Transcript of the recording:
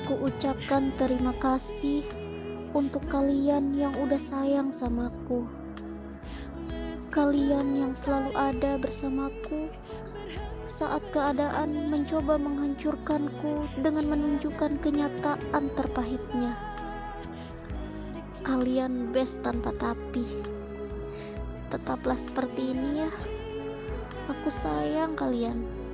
Aku ucapkan terima kasih untuk kalian yang udah sayang samaku. Kalian yang selalu ada bersamaku saat keadaan mencoba menghancurkanku dengan menunjukkan kenyataan terpahitnya. Kalian best tanpa tapi. Tetaplah seperti ini ya. Aku sayang kalian.